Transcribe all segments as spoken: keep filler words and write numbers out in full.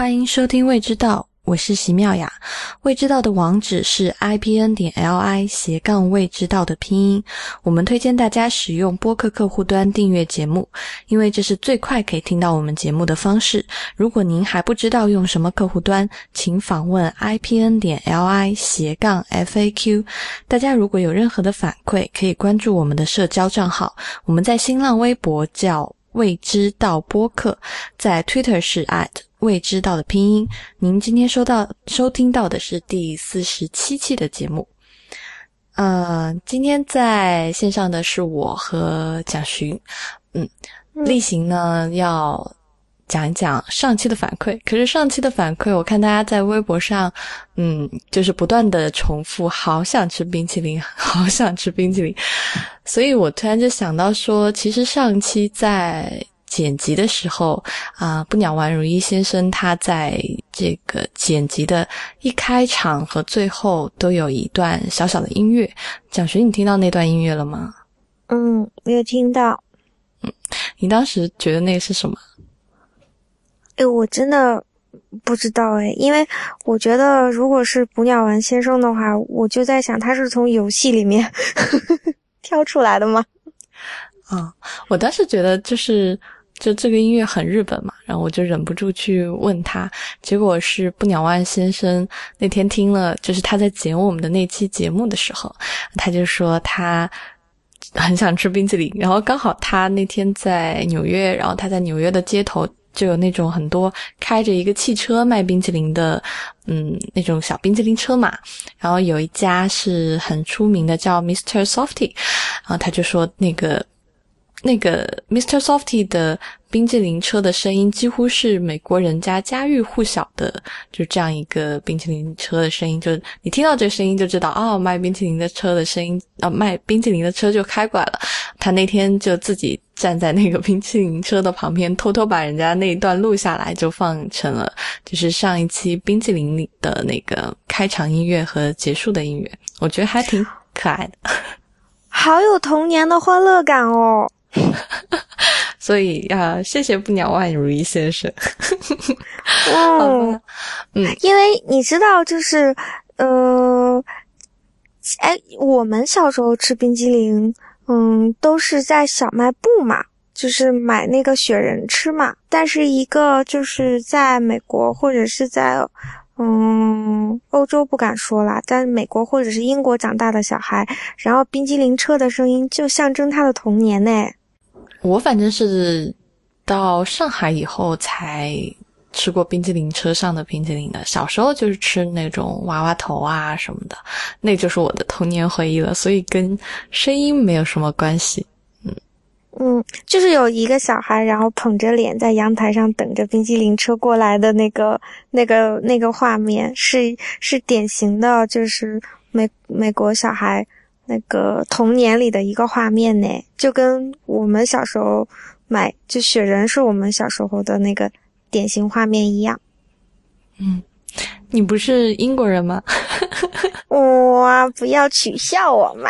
欢迎收听未知道，我是席妙雅。未知道的网址是 i p n 点 l i 斜杠未知道的拼音。我们推荐大家使用播客客户端订阅节目，因为这是最快可以听到我们节目的方式。如果您还不知道用什么客户端，请访问 i p n 点 l i 斜杠 f a q。 大家如果有任何的反馈，可以关注我们的社交账号，我们在新浪微博叫未知道播客，在 Twitter 是 at 未知道的拼音。您今天收到收听到的是第四十七期的节目。呃，今天在线上的是我和蒋勋。嗯，例行呢要讲一讲上期的反馈，可是上期的反馈我看大家在微博上嗯就是不断的重复好想吃冰淇淋好想吃冰淇淋，所以我突然就想到说，其实上期在剪辑的时候啊、呃，不鸟丸如一先生他在这个剪辑的一开场和最后都有一段小小的音乐。蒋勋，你听到那段音乐了吗？ 嗯，没有听到。 嗯，你当时觉得那个是什么？ 诶，我真的不知道诶，因为我觉得如果是不鸟丸先生的话，我就在想他是从游戏里面挑出来的吗？ 啊、哦，我当时觉得就是就这个音乐很日本嘛，然后我就忍不住去问他，结果是不鸟丸先生那天听了，就是他在剪我们的那期节目的时候，他就说他很想吃冰淇淋，然后刚好他那天在纽约，然后他在纽约的街头就有那种很多开着一个汽车卖冰淇淋的嗯那种小冰淇淋车嘛，然后有一家是很出名的叫 mister Softee， 然后他就说那个那个 mister Softee 的冰淇淋车的声音几乎是美国人家家喻户晓的，就这样一个冰淇淋车的声音，就是你听到这个声音就知道哦，卖冰淇淋的车的声音啊、哦，卖冰淇淋的车就开过来了。他那天就自己站在那个冰淇淋车的旁边，偷偷把人家那一段录下来，就放成了就是上一期冰淇淋里的那个开场音乐和结束的音乐，我觉得还挺可爱的。 好有童年的欢乐感哦。 所以啊、呃，谢谢不鸟丸如一先生。 嗯， 好吧，嗯， 因为你知道，就是呃，哎，我们小时候吃冰激凌，嗯，都是在小卖部嘛，就是买那个雪人吃嘛。但是一个就是在美国或者是在嗯欧洲不敢说啦，但是美国或者是英国长大的小孩，然后冰激凌车的声音就象征他的童年呢。 我反正是到上海以后才吃过冰淇淋车上的冰淇淋的，小时候就是吃那种娃娃头啊什么的，那就是我的童年回忆了，所以跟声音没有什么关系。嗯嗯，就是有一个小孩，然后捧着脸在阳台上等着冰激凌车过来的那个那个那个画面，是是典型的，就是美美国小孩那个童年里的一个画面呢，就跟我们小时候买就雪人是我们小时候的那个典型画面一样。 嗯，你不是英国人吗？ 哇，不要取笑我嘛。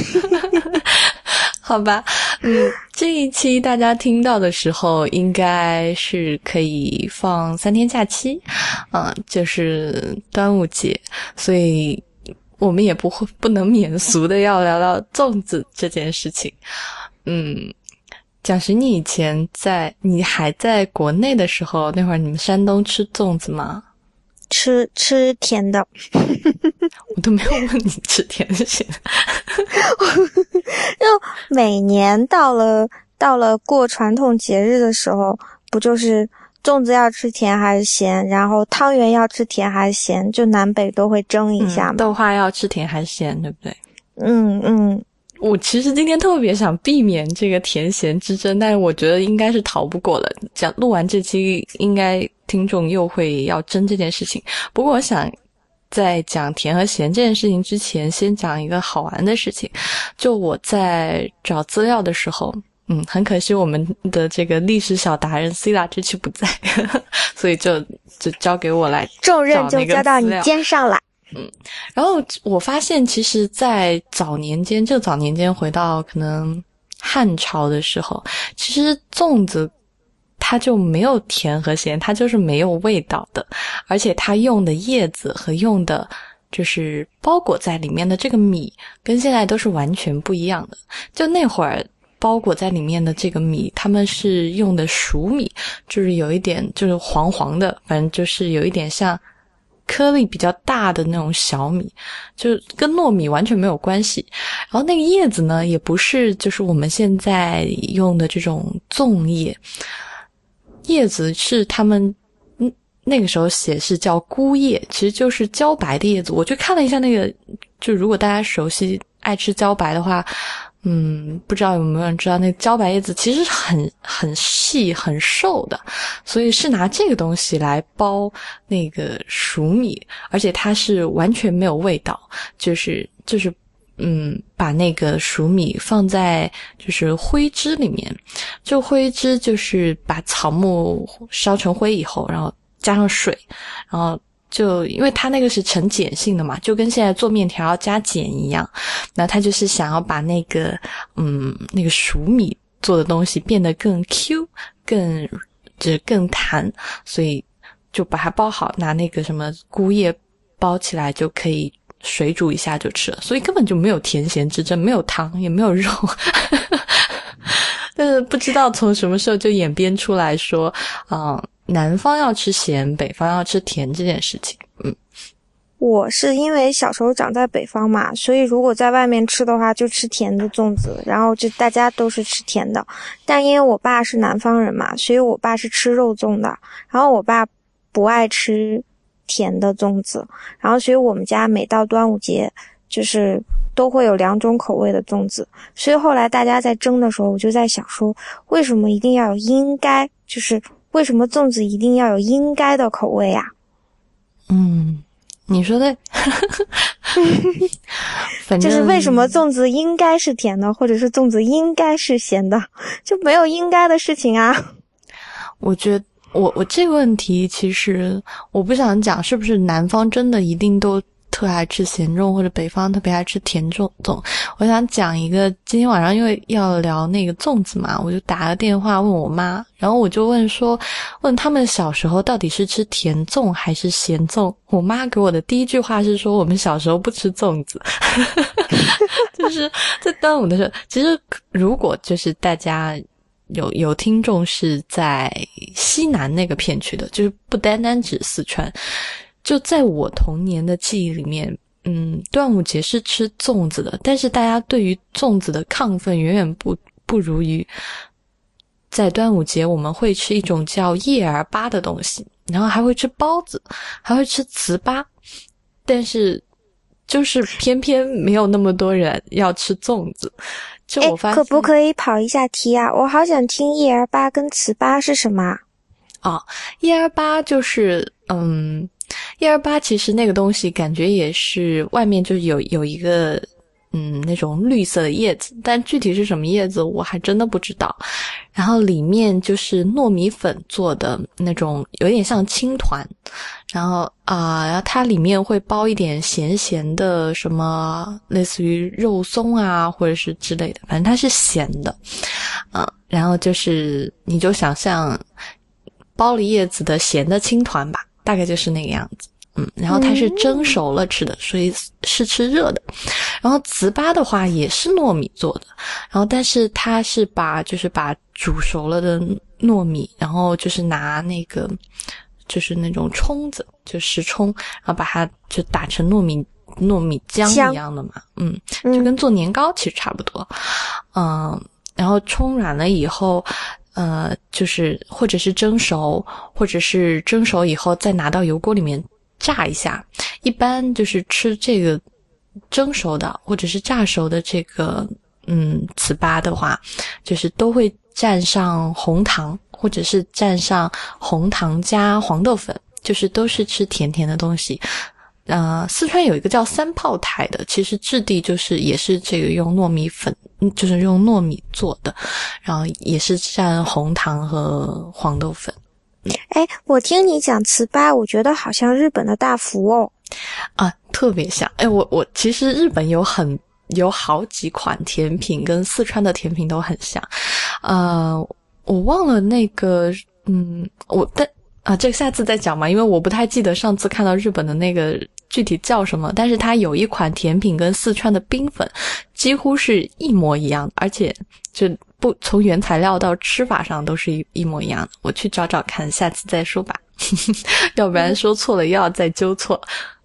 好吧，嗯，这一期大家听到的时候应该是可以放三天假期，嗯，就是端午节，所以我们也不会不能免俗的要聊聊粽子这件事情。嗯，蒋勋，你以前在你还在国内的时候，那会儿你们山东吃粽子吗？ 吃吃甜的。 我都没有问你吃甜咸。 就每年到了到了过传统节日的时候，不就是粽子要吃甜还是咸，然后汤圆要吃甜还是咸，就南北都会争一下嘛。 嗯、豆花要吃甜还是咸，对不对？ 嗯嗯。 我其实今天特别想避免这个甜咸之争，但是我觉得应该是逃不过了。讲录完这期，应该听众又会要争这件事情。不过我想在讲甜和咸这件事情之前，先讲一个好玩的事情。就我在找资料的时候，嗯，很可惜我们的这个历史小达人 Sila 这期不在，所以就就交给我来找那个资料。 重任就交到你肩上了。 嗯，然后我发现其实在早年间，就早年间回到可能汉朝的时候，其实粽子它就没有甜和咸，它就是没有味道的，而且它用的叶子和用的就是包裹在里面的这个米跟现在都是完全不一样的。就那会儿包裹在里面的这个米，他们是用的熟米，就是有一点就是黄黄的，反正就是有一点像颗粒比较大的那种小米，就是跟糯米完全没有关系。然后那个叶子呢，也不是就是我们现在用的这种粽叶，叶子是他们嗯那个时候写是叫菇叶，其实就是茭白的叶子。我去看了一下那个，就如果大家熟悉爱吃茭白的话，嗯，不知道有没有人知道，那个茭白叶子其实很很细很瘦的，所以是拿这个东西来包那个熟米，而且它是完全没有味道，就是就是嗯，把那个熟米放在就是灰汁里面，就灰汁就是把草木烧成灰以后，然后加上水，然后就因为它那个是呈碱性的嘛，就跟现在做面条要加碱一样，那它就是想要把那个嗯那个熟米做的东西变得更 Q 更就是更弹，所以就把它包好，拿那个什么菇叶包起来就可以水煮一下就吃了，所以根本就没有甜咸之争，没有汤也没有肉但是不知道从什么时候就演变出来说嗯、呃南方要吃咸，北方要吃甜这件事情。嗯， 我是因为小时候长在北方嘛，所以如果在外面吃的话就吃甜的粽子，然后就大家都是吃甜的。但因为我爸是南方人嘛，所以我爸是吃肉粽的，然后我爸不爱吃甜的粽子，然后所以我们家每到端午节就是都会有两种口味的粽子。所以后来大家在争的时候，我就在想说，为什么一定要有应该，就是为什么粽子一定要有应该的口味啊？ 嗯，你说的反正就是为什么粽子应该是甜的，或者是粽子应该是咸的，就没有应该的事情啊。 我觉得我我这个问题其实我不想讲是不是南方真的一定都特爱吃咸粽，或者北方特别爱吃甜粽粽。我想讲一个，今天晚上因为要聊那个粽子嘛，我就打个电话问我妈，然后我就问说，问他们小时候到底是吃甜粽还是咸粽。我妈给我的第一句话是说，我们小时候不吃粽子就是在端午的时候，其实如果就是大家有有听众是在西南那个片区的，就是不单单指四川，就在我童年的记忆里面，嗯，端午节是吃粽子的，但是大家对于粽子的亢奋远远不不如于在端午节我们会吃一种叫叶儿粑的东西，然后还会吃包子，还会吃糍粑，但是就是偏偏没有那么多人要吃粽子。就我发现， 可不可以跑一下题啊？我好想听叶儿粑跟糍粑是什么啊？叶儿粑就是嗯。叶儿粑其实那个东西感觉也是外面就有有一个嗯那种绿色的叶子，但具体是什么叶子我还真的不知道。然后里面就是糯米粉做的那种，有点像青团，然后啊、呃，然后它里面会包一点咸咸的什么类似于肉松啊或者是之类的，反正它是咸的啊、呃。然后就是你就想象包了叶子的咸的青团吧，大概就是那个样子。嗯，然后它是蒸熟了吃的，所以是吃热的。然后糍粑的话也是糯米做的，然后但是它是把就是把煮熟了的糯米，然后就是拿那个就是那种冲子，就石冲，然后把它就打成糯米糯米浆一样的嘛，嗯，就跟做年糕其实差不多。嗯，然后冲软了以后呃，就是或者是蒸熟，或者是蒸熟以后再拿到油锅里面炸一下。一般就是吃这个蒸熟的或者是炸熟的这个嗯糍粑的话，就是都会蘸上红糖，或者是蘸上红糖加黄豆粉，就是都是吃甜甜的东西。呃，四川有一个叫三炮台的，其实质地就是也是这个用糯米粉，就是用糯米做的，然后也是蘸红糖和黄豆粉。 哎，我听你讲糍粑，我觉得好像日本的大福哦。 啊，特别像。哎，我我其实日本有很有好几款甜品跟四川的甜品都很像。呃，我忘了那个嗯，我但啊，这个下次再讲嘛，因为我不太记得上次看到日本的那个具体叫什么，但是它有一款甜品跟四川的冰粉几乎是一模一样的，而且就不从原材料到吃法上都是一一模一样的。我去找找看，下次再说吧，要不然说错了又要再纠错。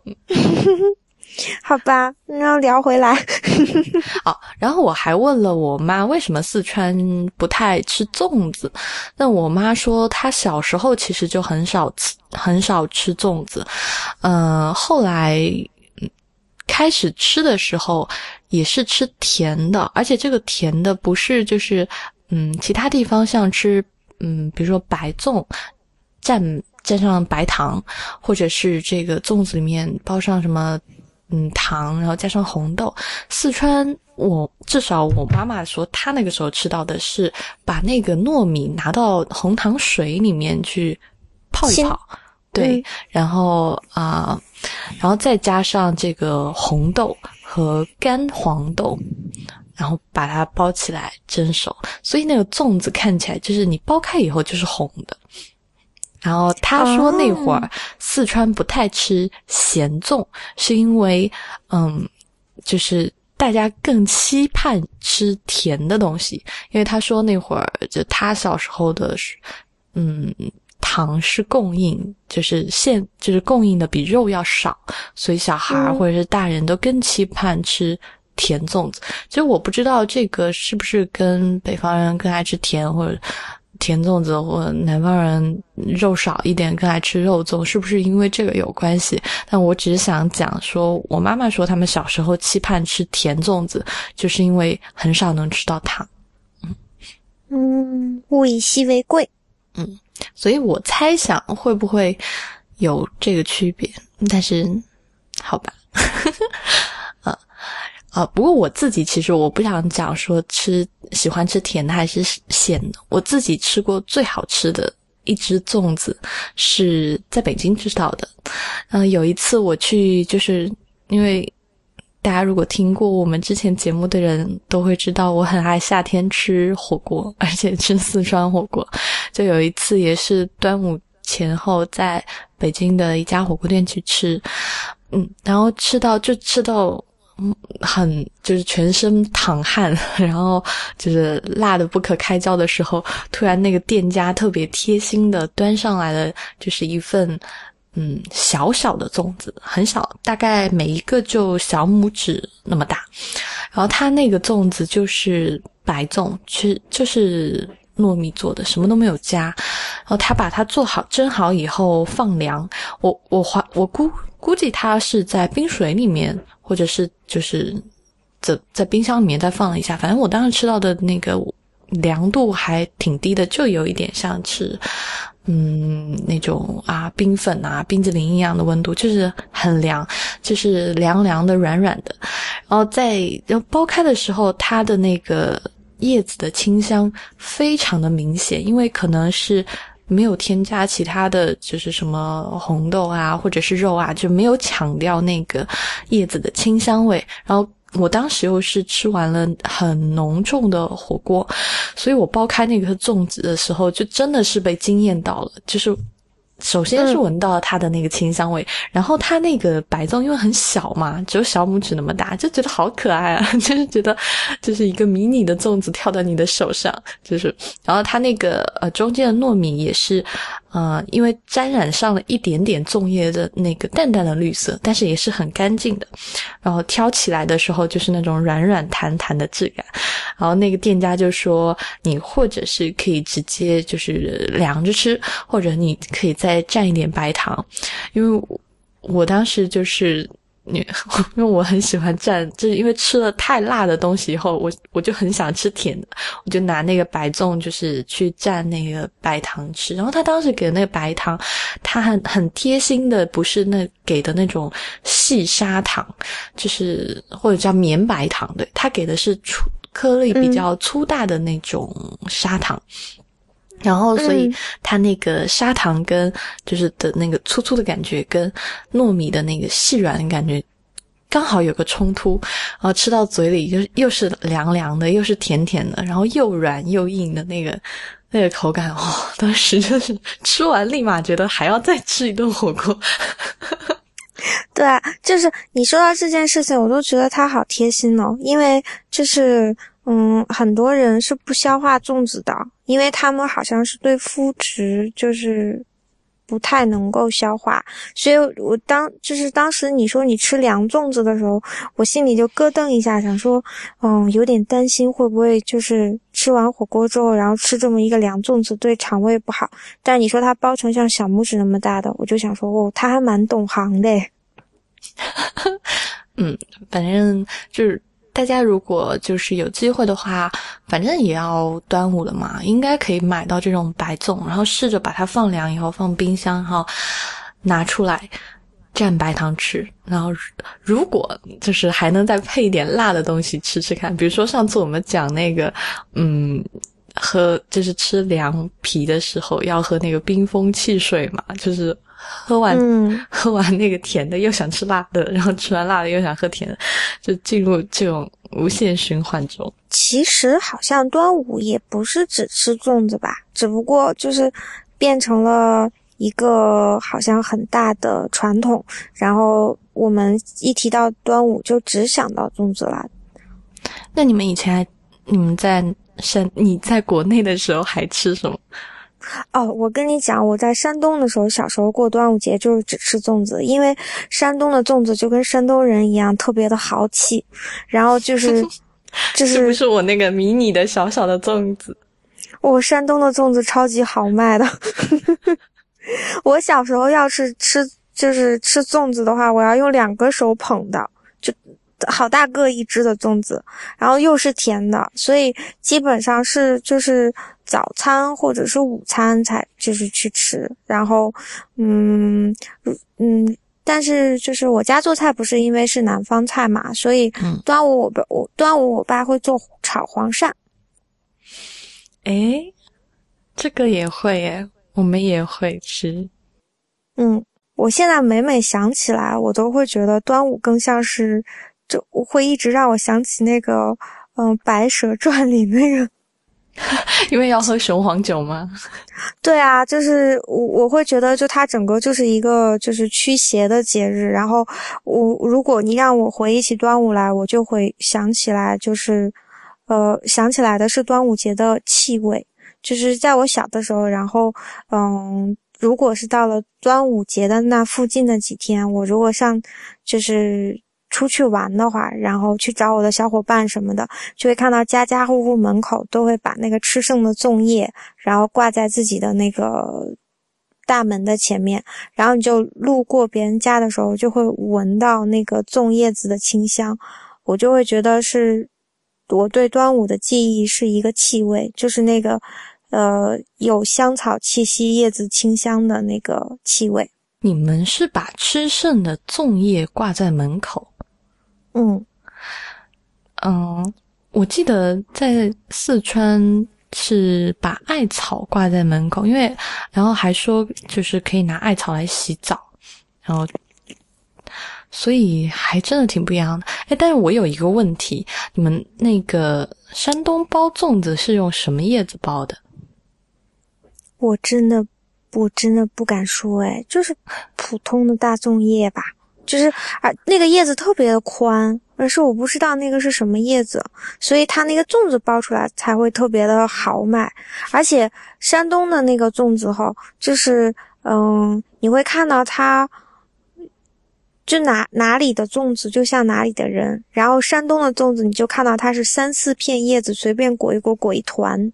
好吧，那聊回来。 哦，然后我还问了我妈为什么四川不太吃粽子，那我妈说她小时候其实就很少吃很少吃粽子，呃，后来开始吃的时候也是吃甜的，而且这个甜的不是就是嗯其他地方像吃嗯比如说白粽蘸蘸上白糖，或者是这个粽子里面包上什么嗯糖，然后加上红豆。四川我至少我妈妈说她那个时候吃到的是把那个糯米拿到红糖水里面去泡一泡，对，嗯、然后啊、呃，然后再加上这个红豆和干黄豆，然后把它包起来蒸熟，所以那个粽子看起来就是你剥开以后就是红的。然后他说那会儿四川不太吃咸粽，是因为嗯，就是大家更期盼吃甜的东西，因为他说那会儿就他小时候的嗯糖是供应，就是现就是供应的比肉要少，所以小孩或者是大人都更期盼吃甜粽子。其实我不知道这个是不是跟北方人更爱吃甜，或者甜粽子，或南方人肉少一点更爱吃肉粽，是不是因为这个有关系？但我只是想讲说，我妈妈说他们小时候期盼吃甜粽子，就是因为很少能吃到糖。嗯嗯，物以稀为贵。 嗯，所以我猜想会不会有这个区别，但是好吧。啊啊，不过我自己其实我不想讲说吃喜欢吃甜的还是咸的。我自己吃过最好吃的一只粽子是在北京吃到的。嗯、呃，有一次我去，就是因为大家如果听过我们之前节目的人都会知道，我很爱夏天吃火锅，而且吃四川火锅。就有一次也是端午前后在北京的一家火锅店去吃，嗯，然后吃到就吃到。嗯，很就是全身淌汗，然后就是辣得不可开交的时候，突然那个店家特别贴心的端上来了，就是一份嗯小小的粽子，很小，大概每一个就小拇指那么大。然后它那个粽子就是白粽，其实就是糯米做的，什么都没有加。然后他把它做好蒸好以后放凉，我我怀我估估计它是在冰水里面。或者是就是在在冰箱里面再放了一下，反正我当时吃到的那个凉度还挺低的，就有一点像吃嗯那种啊冰粉啊冰淇淋一样的温度，就是很凉，就是凉凉的软软的。然后在然后剥开的时候，它的那个叶子的清香非常的明显，因为可能是没有添加其他的就是什么红豆啊或者是肉啊，就没有强调那个叶子的清香味。然后我当时又是吃完了很浓重的火锅，所以我剥开那个粽子的时候就真的是被惊艳到了，就是首先是闻到了它的那个清香味、嗯、然后它那个白粽因为很小嘛，只有小拇指那么大，就觉得好可爱啊，就是觉得就是一个迷你的粽子跳到你的手上，就是然后它那个呃中间的糯米也是呃因为沾染上了一点点粽叶的那个淡淡的绿色，但是也是很干净的，然后挑起来的时候就是那种软软弹弹的质感。然后那个店家就说你或者是可以直接就是凉着吃，或者你可以再蘸一点白糖，因为我我当时就是因为我很喜欢蘸，就是因为吃了太辣的东西以后，我我就很想吃甜的，我就拿那个白粽就是去蘸那个白糖吃。然后他当时给的那个白糖，他很很贴心的，不是那给的那种细砂糖，就是或者叫绵白糖，对，他给的是粗颗粒比较粗大的那种砂糖。嗯，然后所以它那个砂糖跟就是的那个粗粗的感觉跟糯米的那个细软的感觉刚好有个冲突，然后吃到嘴里就又是凉凉的又是甜甜的，然后又软又硬的那个那个口感哦，当时就是吃完立马觉得还要再吃一顿火锅。 对啊，就是你说到这件事情，我都觉得它好贴心哦，因为就是嗯，很多人是不消化粽子的，因为他们好像是对麸质就是不太能够消化，所以我当就是当时你说你吃凉粽子的时候，我心里就咯噔一下，想说嗯，有点担心会不会就是吃完火锅之后，然后吃这么一个凉粽子对肠胃不好。但你说它包成像小拇指那么大的，我就想说哦，他还蛮懂行的。 嗯，反正就是大家如果就是有机会的话，反正也要端午了嘛，应该可以买到这种白粽，然后试着把它放凉以后放冰箱，然后拿出来蘸白糖吃，然后如果就是还能再配一点辣的东西吃吃看，比如说上次我们讲那个嗯喝就是吃凉皮的时候要喝那个冰封汽水嘛，就是喝完、嗯、喝完那个甜的又想吃辣的，然后吃完辣的又想喝甜的，就进入这种无限循环中。 其实好像端午也不是只吃粽子吧，只不过就是变成了一个好像很大的传统，然后我们一提到端午就只想到粽子了。 那你们以前还你们在山你在国内的时候还吃什么？ 哦，我跟你讲，我在山东的时候，小时候过端午节就是只吃粽子，因为山东的粽子就跟山东人一样特别的豪气，然后就是就是是不是我那个迷你的小小的粽子？ 我、哦、山东的粽子超级好卖的。我小时候要是吃就是吃粽子的话，我要用两个手捧的，就好大个一只的粽子，然后又是甜的，所以基本上是就是早餐或者是午餐才就是去吃，然后嗯嗯，但是就是我家做菜不是因为是南方菜嘛，所以端午我我端午我爸会做炒黄鳝。 诶，这个也会耶，我们也会吃。 嗯，我现在每每想起来，我都会觉得端午更像是。就会一直让我想起那个嗯《白蛇传》里那个因为要喝雄黄酒吗？ 对啊，就是我我会觉得就它整个就是一个就是驱邪的节日，然后我如果你让我回忆起端午来，我就会想起来就是呃想起来的是端午节的气味，就是在我小的时候，然后嗯如果是到了端午节的那附近的几天，我如果上就是出去玩的话，然后去找我的小伙伴什么的，就会看到家家户户门口都会把那个吃剩的粽叶，然后挂在自己的那个大门的前面，然后你就路过别人家的时候，就会闻到那个粽叶子的清香，我就会觉得是我对端午的记忆是一个气味，就是那个呃有香草气息、叶子清香的那个气味。 你们是把吃剩的粽叶挂在门口？ 嗯嗯，我记得在四川是把艾草挂在门口，因为然后还说就是可以拿艾草来洗澡，然后所以还真的挺不一样的。诶，但是我有一个问题，你们那个山东包粽子是用什么叶子包的？ 我真的我真的不敢说诶，就是普通的大粽叶吧，就是啊那个叶子特别的宽，而是我不知道那个是什么叶子，所以它那个粽子包出来才会特别的豪迈。而且山东的那个粽子哈，就是嗯你会看到它就哪哪里的粽子就像哪里的人，然后山东的粽子你就看到它是三四片叶子随便裹一裹裹一团。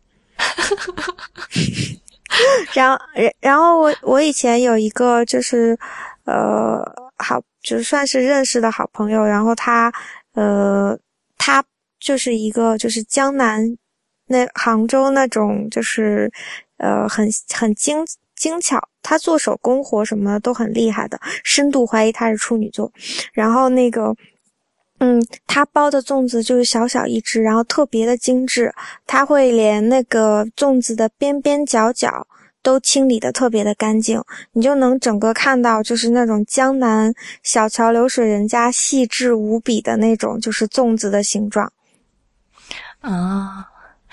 然后然后我我以前有一个就是呃好就算是认识的好朋友，然后他呃他就是一个就是江南那杭州那种就是呃很很精精巧，他做手工活什么的都很厉害的，深度怀疑他是处女座。然后那个嗯，他包的粽子就是小小一只，然后特别的精致，他会连那个粽子的边边角角都清理的特别的干净，你就能整个看到就是那种江南小桥流水人家细致无比的那种就是粽子的形状。 啊，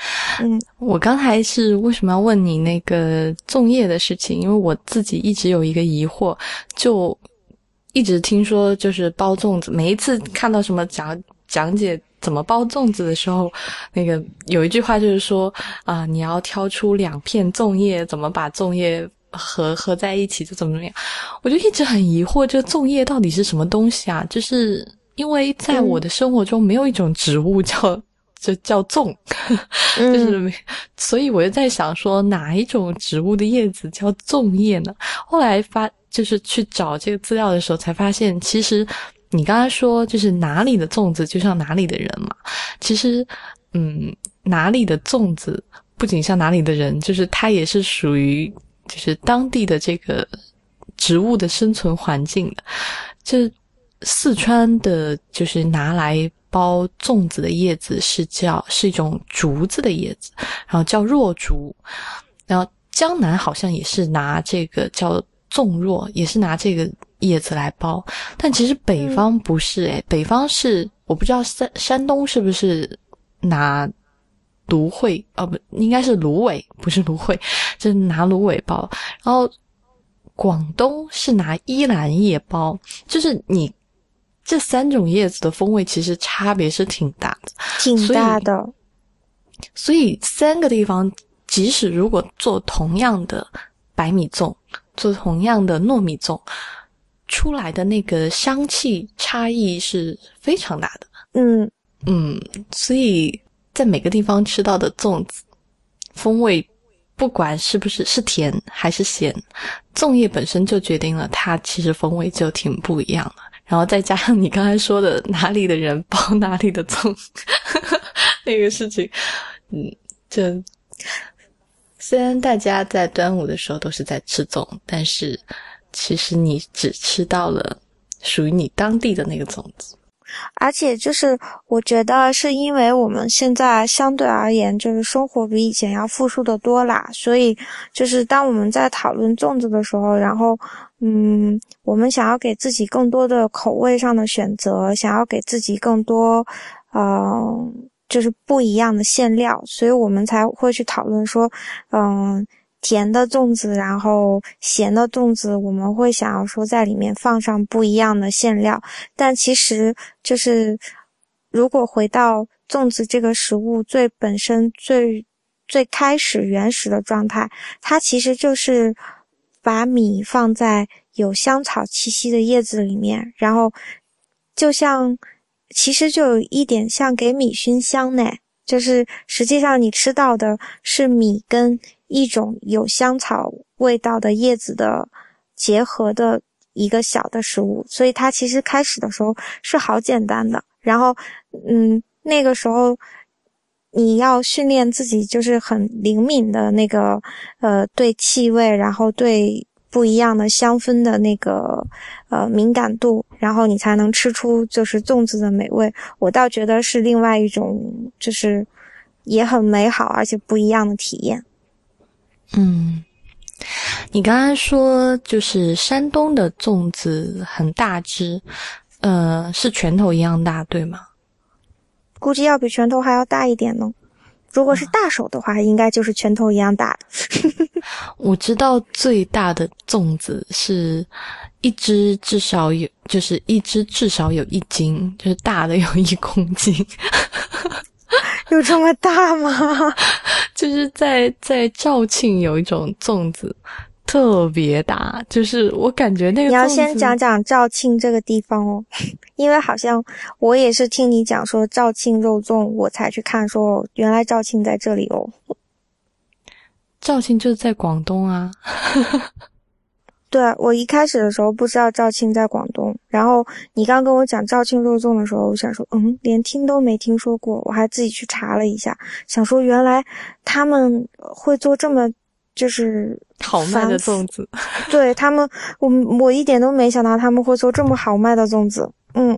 嗯， 我刚才是为什么要问你那个粽叶的事情？因为我自己一直有一个疑惑，就一直听说就是包粽子，每一次看到什么讲讲解怎么包粽子的时候，那个有一句话就是说啊、呃，你要挑出两片粽叶，怎么把粽叶合合在一起就怎么怎么样。我就一直很疑惑，这粽叶到底是什么东西啊？就是因为在我的生活中没有一种植物叫就叫粽，就是没、嗯、所以我就在想说哪一种植物的叶子叫粽叶呢？后来发就是去找这个资料的时候才发现，其实你刚才说就是哪里的粽子就像哪里的人嘛，其实嗯哪里的粽子不仅像哪里的人，就是它也是属于就是当地的这个植物的生存环境的。这四川的就是拿来包粽子的叶子是叫是一种竹子的叶子，然后叫箬竹。然后江南好像也是拿这个叫粽箬，也是拿这个叶子来包。但其实北方不是诶、欸、北方是我不知道山山东是不是拿芦荟哦不应该是芦苇，不是芦荟，就是拿芦苇包。然后广东是拿依兰叶包，就是你这三种叶子的风味其实差别是挺大的， 挺大的。 所以，所以三个地方即使如果做同样的白米粽，做同样的糯米粽，出来的那个香气差异是非常大的。 嗯嗯，所以在每个地方吃到的粽子风味不管是不是是甜还是咸，粽叶本身就决定了它其实风味就挺不一样的。然后再加上你刚才说的哪里的人包哪里的粽那个事情，嗯，这虽然大家在端午的时候都是在吃粽，但是其实你只吃到了属于你当地的那个粽子。 而且就是我觉得是因为我们现在相对而言就是生活比以前要富庶的多啦，所以就是当我们在讨论粽子的时候，然后嗯，我们想要给自己更多的口味上的选择，想要给自己更多呃就是不一样的馅料，所以我们才会去讨论说嗯甜的粽子，然后咸的粽子，我们会想要说在里面放上不一样的馅料。但其实就是如果回到粽子这个食物最本身最最开始原始的状态，它其实就是把米放在有香草气息的叶子里面，然后就像其实就有一点像给米熏香呢，就是实际上你吃到的是米跟一种有香草味道的叶子的结合的一个小的食物，所以它其实开始的时候是好简单的。然后嗯，那个时候你要训练自己就是很灵敏的那个呃对气味，然后对不一样的香氛的那个呃敏感度，然后你才能吃出就是粽子的美味。我倒觉得是另外一种就是也很美好而且不一样的体验。 嗯，你刚才说就是山东的粽子很大只，呃，是拳头一样大，对吗？ 估计要比拳头还要大一点呢。如果是大手的话，嗯、应该就是拳头一样大的。 我知道最大的粽子是一只至少有，就是一只至少有一斤，就是大的有一公斤。 有这么大吗？ 就是在在肇庆有一种粽子特别大，就是我感觉那个粽子， 你要先讲讲肇庆这个地方哦，因为好像我也是听你讲说肇庆肉粽，我才去看说原来肇庆在这里哦。 肇庆就是在广东啊。 对，我一开始的时候不知道肇庆在广东，然后你刚跟我讲肇庆肉粽的时候，我想说嗯，连听都没听说过，我还自己去查了一下，想说原来他们会做这么就是好卖的粽子。 对，他们我我一点都没想到他们会做这么好卖的粽子。嗯，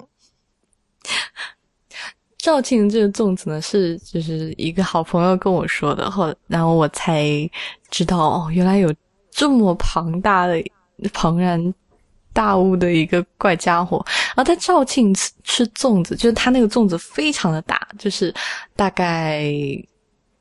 肇庆这个粽子呢是就是一个好朋友跟我说的，后然后我才知道哦，原来有这么庞大的庞然大物的一个怪家伙。然后在肇庆吃吃粽子，就是它那个粽子非常的大，就是大概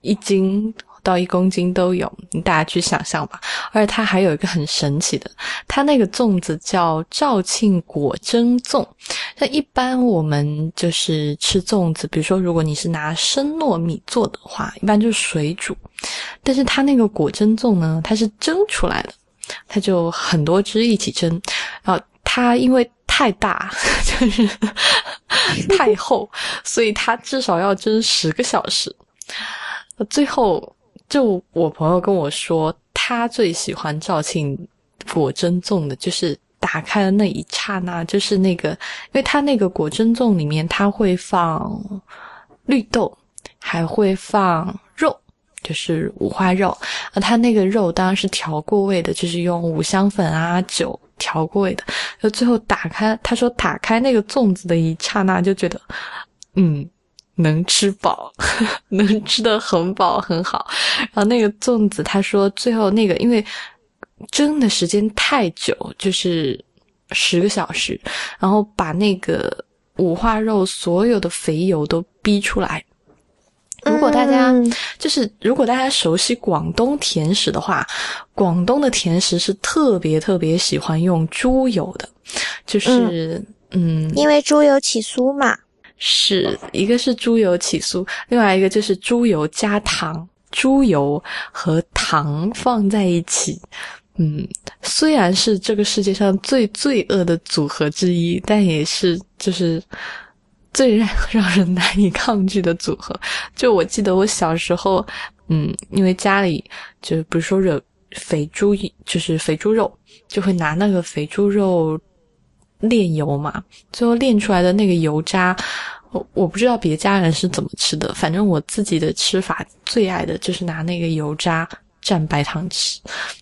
一斤到一公斤都有，你大家去想象吧。而且它还有一个很神奇的，它那个粽子叫肇庆果蒸粽。像一般我们就是吃粽子，比如说如果你是拿生糯米做的话，一般就是水煮，但是它那个果蒸粽呢，它是蒸出来的，它就很多汁一起蒸，然后它因为太大就是太厚，所以它至少要蒸十个小时。最后就我朋友跟我说，他最喜欢肇庆果蒸粽的就是打开的那一刹那，就是那个，因为它那个果蒸粽里面它会放绿豆，还会放肉，就是五花肉，而它那个肉当然是调过味的，就是用五香粉啊酒调过味的。就最后打开，他说打开那个粽子的一刹那就觉得嗯能吃饱能吃得很饱很好。然后那个粽子他说最后那个因为蒸的时间太久，就是十个小时，然后把那个五花肉所有的肥油都逼出来。如果大家、嗯、就是如果大家熟悉广东甜食的话，广东的甜食是特别特别喜欢用猪油的，就是嗯， 嗯因为猪油起酥嘛。 是，一个是猪油起酥，另外一个就是猪油加糖，猪油和糖放在一起。嗯，虽然是这个世界上最罪恶的组合之一，但也是就是最让让人难以抗拒的组合。就我记得我小时候，嗯，因为家里就比如说惹肥猪，就是肥猪肉，就会拿那个肥猪肉炼油嘛，最后炼出来的那个油渣，我我不知道别家人是怎么吃的，反正我自己的吃法最爱的就是拿那个油渣蘸白糖吃。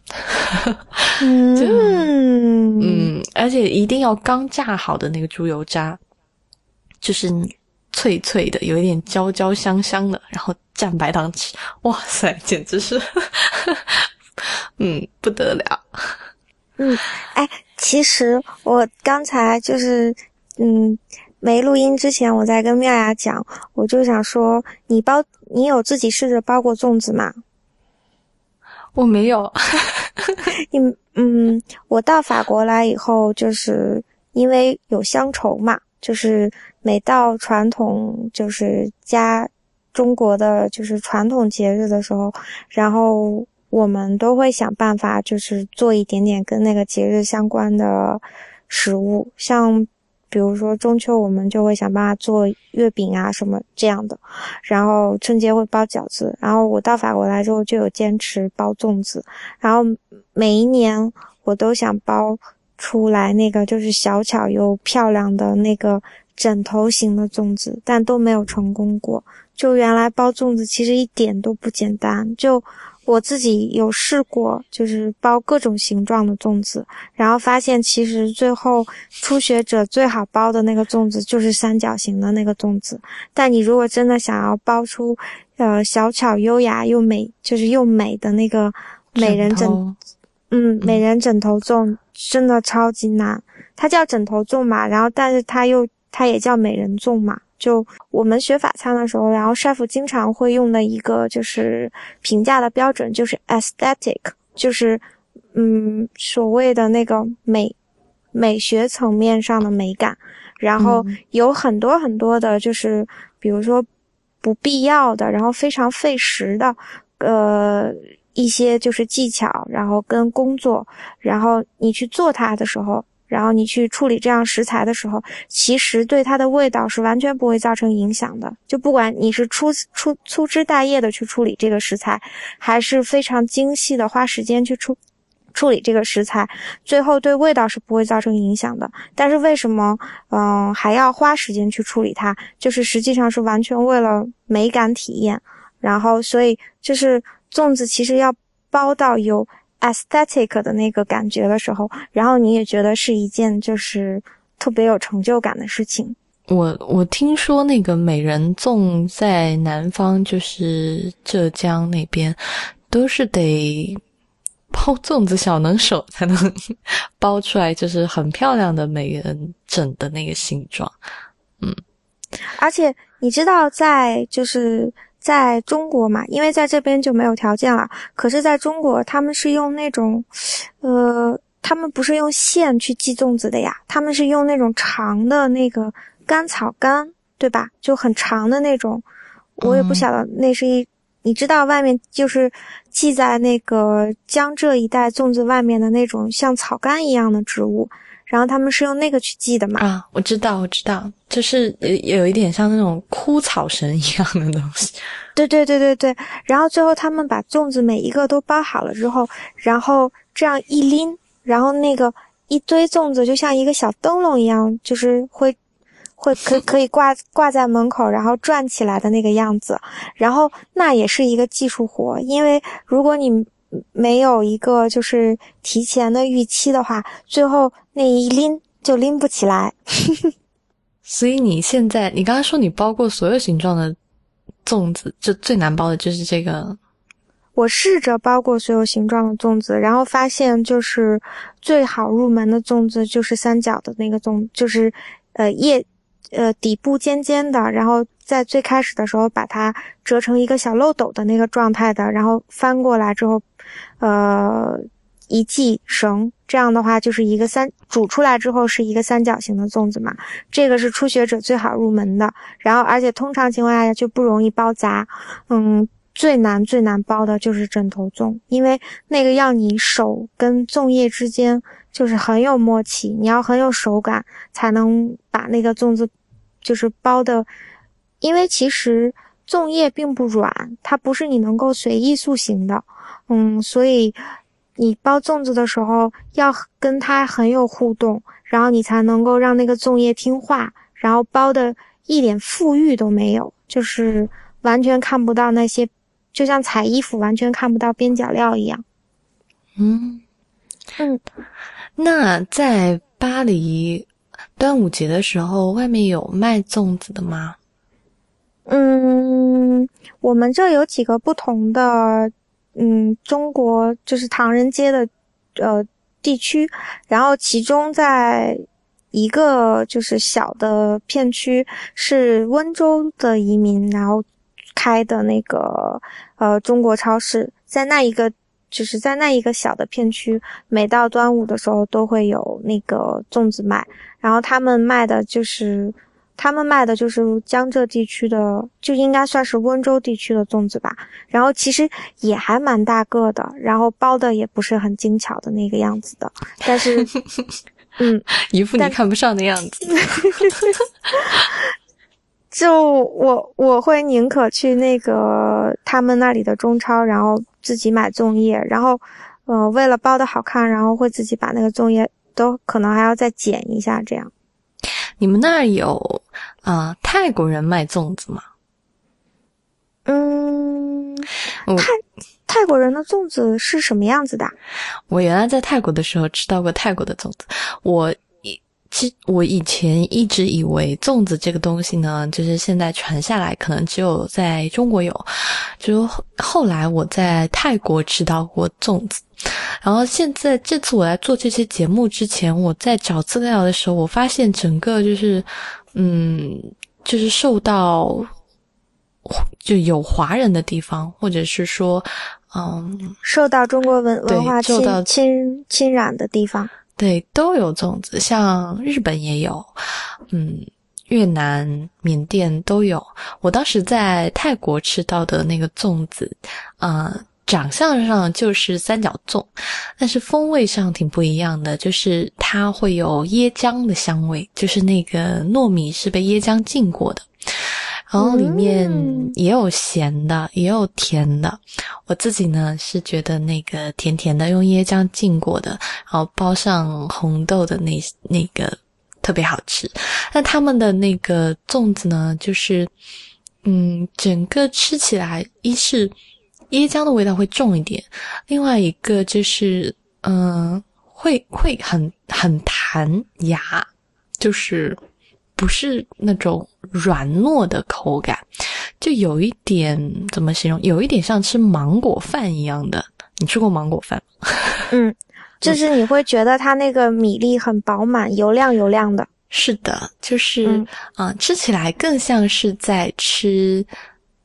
嗯嗯，而且一定要刚炸好的那个猪油渣，就是脆脆的，有一点焦焦香香的，然后蘸白糖吃，哇塞，简直是嗯不得了。 嗯，哎，其实我刚才就是嗯没录音之前我在跟妙雅讲，我就想说你包你有自己试着包过粽子吗？ 我没有。 你嗯我到法国来以后，就是因为有乡愁嘛，就是每到传统就是加中国的就是传统节日的时候，然后我们都会想办法就是做一点点跟那个节日相关的食物，像比如说中秋我们就会想办法做月饼啊什么这样的，然后春节会包饺子，然后我到法国来之后就有坚持包粽子，然后每一年我都想包出来那个就是小巧又漂亮的那个枕头型的粽子，但都没有成功过。就原来包粽子其实一点都不简单，就我自己有试过就是包各种形状的粽子，然后发现其实最后初学者最好包的那个粽子就是三角形的那个粽子，但你如果真的想要包出呃小巧优雅又美，就是又美的那个美人枕嗯美人枕头粽，真的超级难。它叫枕头粽嘛，然后但是它又它也叫美人粽嘛。就我们学法餐的时候，然后师傅经常会用的一个就是评价的标准就是 aesthetic， 就是嗯所谓的那个美美学层面上的美感，然后有很多很多的就是比如说不必要的然后非常费时的呃一些就是技巧，然后跟工作，然后你去做它的时候，然后你去处理这样食材的时候，其实对它的味道是完全不会造成影响的。就不管你是粗粗粗枝大叶的去处理这个食材，还是非常精细的花时间去处处理这个食材，最后对味道是不会造成影响的。但是为什么嗯、呃、还要花时间去处理它，就是实际上是完全为了美感体验。然后所以就是粽子其实要包到有aesthetic 的那个感觉的时候，然后你也觉得是一件就是特别有成就感的事情。 我我听说那个美人粽在南方，就是浙江那边，都是得包粽子小能手才能包出来，就是很漂亮的美人枕的那个形状。嗯， 而且你知道在就是在中国嘛，因为在这边就没有条件了，可是在中国他们是用那种呃他们不是用线去系粽子的呀，他们是用那种长的那个甘草杆，对吧？就很长的那种，我也不晓得那是一、嗯、你知道外面就是系在那个江浙一带粽子外面的那种像草杆一样的植物，然后他们是用那个去系的嘛。 啊，我知道我知道，就是有一点像那种枯草绳一样的东西。 对对对对对，然后最后他们把粽子每一个都包好了之后，然后这样一拎，然后那个一堆粽子就像一个小灯笼一样，就是会会可可以挂挂在门口，然后转起来的那个样子。然后那也是一个技术活，因为如果你没有一个就是提前的预期的话，最后那一拎就拎不起来。 所以你现在你刚刚说你包过所有形状的粽子，就最难包的就是这个。 我试着包过所有形状的粽子，然后发现就是最好入门的粽子就是三角的那个粽，就是呃叶呃底部尖尖的，然后在最开始的时候把它折成一个小漏斗的那个状态的，然后翻过来之后呃一系绳，这样的话就是一个三煮出来之后是一个三角形的粽子嘛，这个是初学者最好入门的，然后而且通常情况下就不容易包砸。嗯，最难最难包的就是枕头粽，因为那个要你手跟粽叶之间就是很有默契，你要很有手感才能把那个粽子就是包的，因为其实粽叶并不软，它不是你能够随意塑形的。嗯，所以你包粽子的时候要跟它很有互动，然后你才能够让那个粽叶听话，然后包的一点富裕都没有，就是完全看不到那些，就像裁衣服完全看不到边角料一样。 嗯嗯， 那在巴黎端午节的时候，外面有卖粽子的吗？ 嗯，我们这有几个不同的，嗯，中国就是唐人街的呃地区，然后其中在一个就是小的片区是温州的移民，然后开的那个呃中国超市，在那一个就是在那一个小的片区，每到端午的时候都会有那个粽子卖，然后他们卖的就是他们卖的就是江浙地区的，就应该算是温州地区的粽子吧，然后其实也还蛮大个的，然后包的也不是很精巧的那个样子的，但是嗯， 一副你看不上的样子。 就我我会宁可去那个他们那里的中超，然后自己买粽叶，然后呃为了包的好看，然后会自己把那个粽叶都可能还要再剪一下这样。 你们那儿有啊、呃、泰国人卖粽子吗？ 嗯，泰泰国人的粽子是什么样子的？ 我原来在泰国的时候吃到过泰国的粽子。我其我以前一直以为粽子这个东西呢，就是现在传下来可能只有在中国有，就后来我在泰国吃到过粽子。然后现在这次我来做这些节目之前，我在找资料的时候，我发现整个就是嗯就是受到就有华人的地方，或者是说嗯受到中国文文化侵受到侵侵染的地方， 对，都有粽子，像日本也有，嗯，越南、缅甸都有。我当时在泰国吃到的那个粽子，呃，长相上就是三角粽，但是风味上挺不一样的，就是它会有椰浆的香味，就是那个糯米是被椰浆浸过的。然后里面也有咸的，嗯、也有甜的。我自己呢是觉得那个甜甜的，用椰浆浸过的，然后包上红豆的那那个特别好吃。那他们的那个粽子呢，就是嗯，整个吃起来，一是椰浆的味道会重一点，另外一个就是嗯、呃，会会很很弹牙，就是不是那种软糯的口感，就有一点怎么形容？有一点像吃芒果饭一样的。你吃过芒果饭吗？ 嗯，就是你会觉得它那个米粒很饱满，油亮油亮的。 是的，就是嗯、 呃，吃起来更像是在吃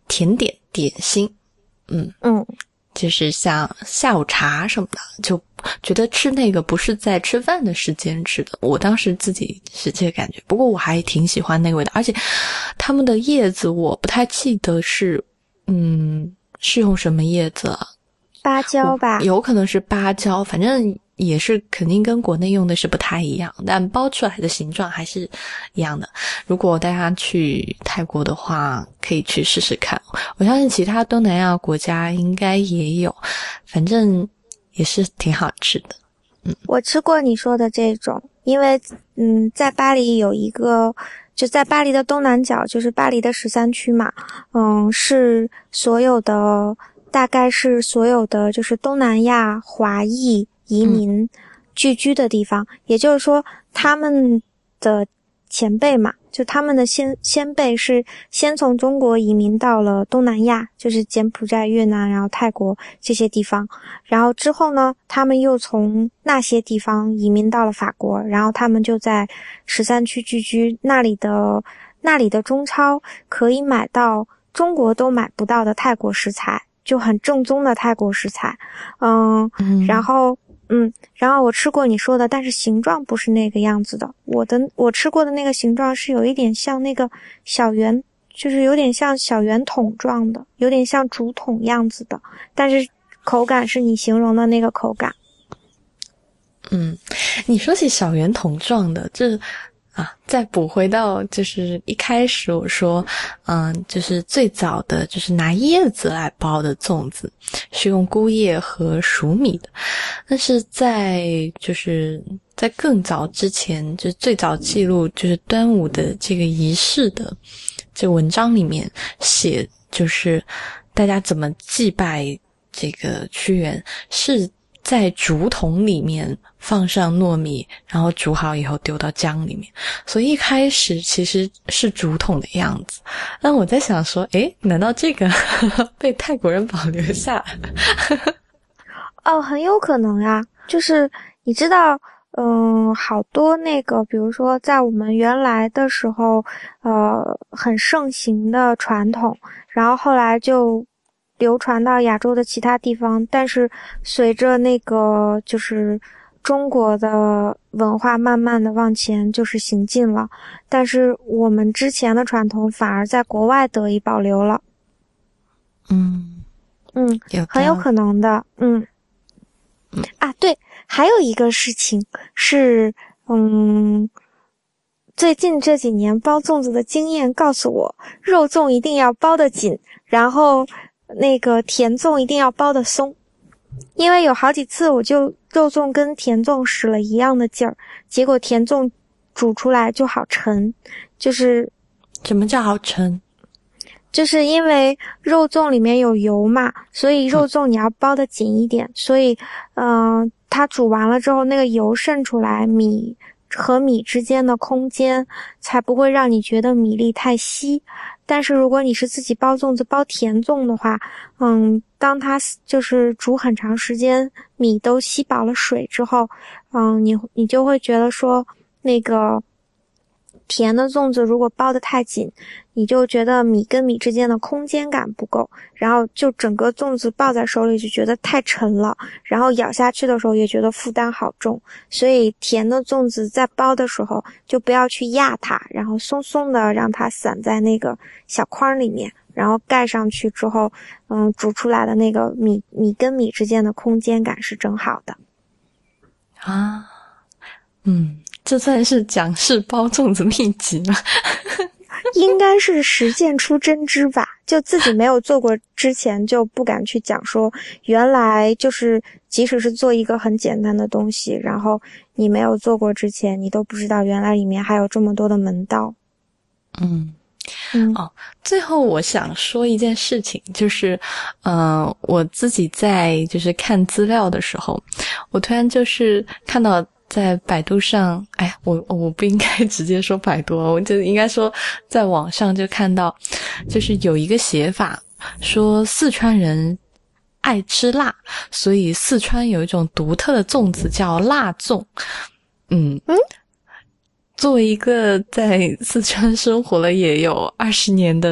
甜点点心，嗯嗯， 就是像下午茶什么的，就觉得吃那个不是在吃饭的时间吃的，我当时自己是这个感觉。不过我还挺喜欢那个味道，而且他们的叶子我不太记得是嗯是用什么叶子啊， 芭蕉吧， 有可能是芭蕉，反正也是肯定跟国内用的是不太一样，但包出来的形状还是一样的。如果大家去泰国的话，可以去试试看。我相信其他东南亚国家应该也有，反正也是挺好吃的。嗯， 我吃过你说的这种，因为嗯，在巴黎有一个，就在巴黎的东南角，就是巴黎的十三区嘛，嗯，是所有的，大概是所有的就是东南亚华裔移民聚居的地方，嗯，也就是说他们的前辈嘛，就他们的先先辈是先从中国移民到了东南亚，就是柬埔寨、越南，然后泰国这些地方，然后之后呢，他们又从那些地方移民到了法国，然后他们就在十三区聚居，那里的那里的中超可以买到中国都买不到的泰国食材，就很正宗的泰国食材，嗯， 嗯然后。嗯，然后我吃过你说的，但是形状不是那个样子的。我的我吃过的那个形状是有一点像那个小圆，就是有点像小圆筒状的，有点像竹筒样子的，但是口感是你形容的那个口感。 嗯，你说起小圆筒状的，这啊，再补回到就是一开始我说，嗯，就是最早的就是拿叶子来包的粽子，是用菇叶和黍米的。但是在就是在更早之前，就是最早记录就是端午的这个仪式的这个文章里面写，就是大家怎么祭拜这个屈原是在竹筒里面放上糯米，然后煮好以后丢到江里面，所以一开始其实是竹筒的样子。那我在想说，诶，难道这个被泰国人保留下来？ 哦，很有可能呀。就是你知道，嗯，好多那个，比如说在我们原来的时候，呃，很盛行的传统，然后后来就流传到亚洲的其他地方，但是随着那个就是中国的文化慢慢的往前就是行进了，但是我们之前的传统反而在国外得以保留了。 嗯嗯，很有可能的。嗯嗯啊，对，还有一个事情是，嗯，最近这几年包粽子的经验告诉我，肉粽一定要包得紧，然后那个甜粽一定要包得松，因为有好几次我就肉粽跟甜粽使了一样的劲儿，结果甜粽煮出来就好沉，就是什么叫好沉？ 就是因为肉粽里面有油嘛，所以肉粽你要包得紧一点，所以嗯、呃，它煮完了之后那个油渗出来，米和米之间的空间才不会让你觉得米粒太稀。但是如果你是自己包粽子包甜粽的话，嗯，当它就是煮很长时间，米都吸饱了水之后，嗯，你你就会觉得说那个甜的粽子如果包得太紧，你就觉得米跟米之间的空间感不够，然后就整个粽子抱在手里就觉得太沉了，然后咬下去的时候也觉得负担好重。所以甜的粽子在包的时候就不要去压它，然后松松的让它散在那个小筐里面，然后盖上去之后，嗯，煮出来的那个米米跟米之间的空间感是正好的。 啊，嗯，这算是蒋氏包粽子秘籍吗？ 应该是实践出真知吧，就自己没有做过之前就不敢去讲说原来就是即使是做一个很简单的东西，然后你没有做过之前你都不知道原来里面还有这么多的门道。 嗯嗯哦，最后我想说一件事情，就是呃我自己在就是看资料的时候，我突然就是看到在百度上，哎呀，我我不应该直接说百度，我就应该说在网上就看到，就是有一个写法，说四川人爱吃辣，所以四川有一种独特的粽子叫辣粽。嗯嗯，作为一个在四川生活了也有二十年的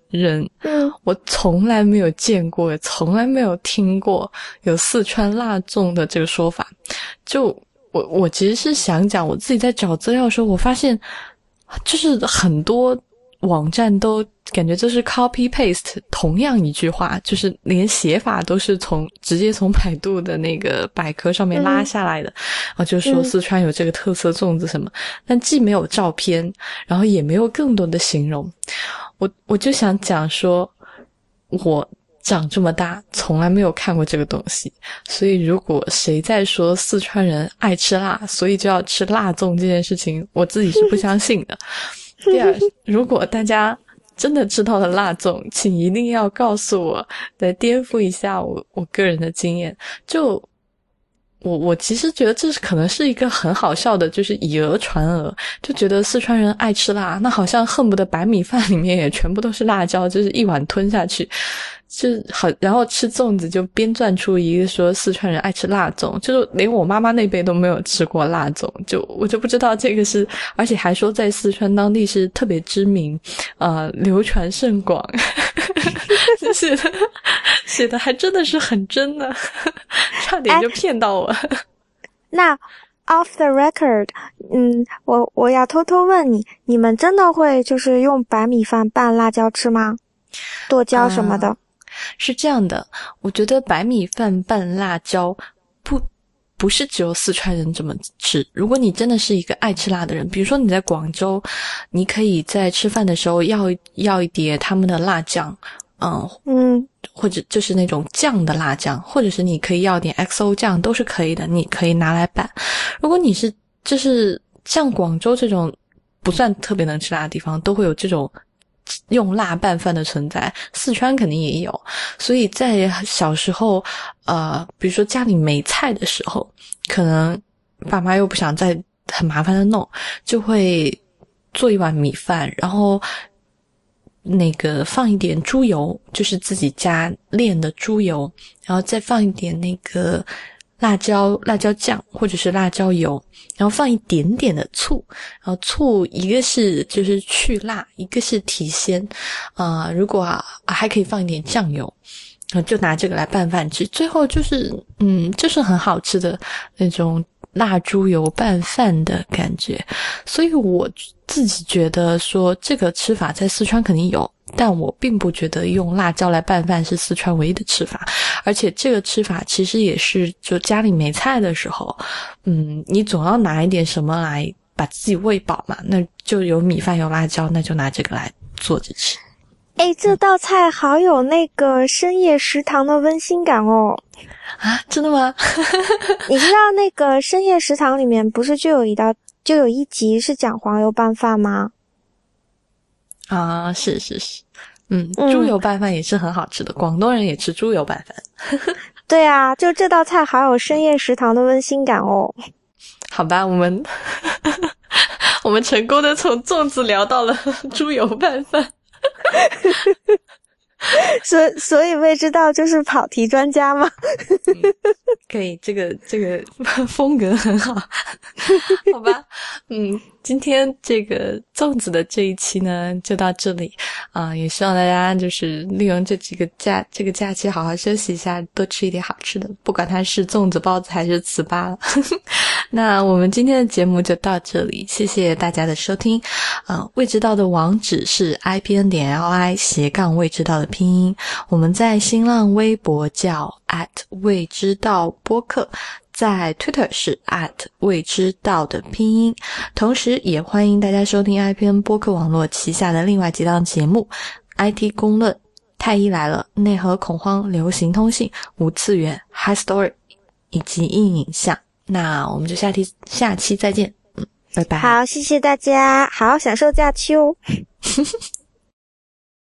人， 嗯， 我从来没有见过，也从来没有听过有四川辣粽的这个说法。就我我其实是想讲，我自己在找资料的时候，我发现就是很多网站都感觉就是 copy paste 同样一句话，就是连写法都是从直接从百度的那个百科上面拉下来的，然后就说四川有这个特色粽子什么，但既没有照片，然后也没有更多的形容。我我就想讲说，我长这么大从来没有看过这个东西，所以如果谁在说四川人爱吃辣，所以就要吃辣粽这件事情，我自己是不相信的。第二，如果大家真的知道了辣粽，请一定要告诉我，来颠覆一下我我个人的经验。就我我其实觉得这是可能是一个很好笑的，就是以讹传讹，就觉得四川人爱吃辣，那好像恨不得白米饭里面也全部都是辣椒，就是一碗吞下去。就好，然后吃粽子就编撰出一个说四川人爱吃辣粽，就是连我妈妈那辈都没有吃过辣粽，就我就不知道这个是，而且还说在四川当地是特别知名，呃，流传甚广，写的写的还真的是很真呢，差点就骗到我。 那 off the record， 嗯，我我要偷偷问你，你们真的会就是用白米饭拌辣椒吃吗？剁椒什么的？呃是这样的，我觉得白米饭拌辣椒不不是只有四川人这么吃。如果你真的是一个爱吃辣的人，比如说你在广州，你可以在吃饭的时候要要一碟他们的辣酱，嗯嗯， 或者就是那种酱的辣酱，或者是你可以要点 X O 酱都是可以的，你可以拿来拌。如果你是就是像广州这种不算特别能吃辣的地方，都会有这种用辣拌饭的存在，四川肯定也有。所以在小时候呃比如说家里没菜的时候，可能爸妈又不想再很麻烦的弄，就会做一碗米饭，然后那个放一点猪油，就是自己家炼的猪油，然后再放一点那个辣椒辣椒酱或者是辣椒油，然后放一点点的醋，然后醋一个是就是去辣，一个是提鲜，啊、呃，如果、啊、还可以放一点酱油，然后就拿这个来拌饭吃，最后就是嗯，就是很好吃的那种辣猪油拌饭的感觉。所以我自己觉得说这个吃法在四川肯定有，但我并不觉得用辣椒来拌饭是四川唯一的吃法，而且这个吃法其实也是就家里没菜的时候，嗯，你总要拿一点什么来把自己喂饱嘛，那就有米饭有辣椒，那就拿这个来做着吃。 诶，这道菜好有那个深夜食堂的温馨感哦。 啊，真的吗？ 你知道那个深夜食堂里面不是就有一道就有一集是讲黄油拌饭吗？ 啊，是是是，嗯，猪油拌饭也是很好吃的，广东人也吃猪油拌饭。 对啊，就这道菜好有深夜食堂的温馨感哦。 好吧，我们我们成功的从粽子聊到了猪油拌饭。 所所以未知道就是跑题专家吗？ 嗯、可以，这个这个风格很好。好吧，嗯，今天这个粽子的这一期呢就到这里啊、呃，也希望大家就是利用这几个假这个假期好好休息一下，多吃一点好吃的，不管它是粽子包子还是糍粑。那我们今天的节目就到这里，谢谢大家的收听。呃，未知道的网址是 i p n 点 l i 斜杠未知道的拼音，我们在新浪微博叫 at 未知道播客，在 Twitter 是 at 未知道的拼音，同时也欢迎大家收听 I P N 播客网络旗下的另外几档节目 I T 公论、太医来了、内核恐慌、流行通信、无次元、High Story 以及硬影像。那我们就下期下期再见，嗯，拜拜。 好，谢谢大家，好好享受假期哦。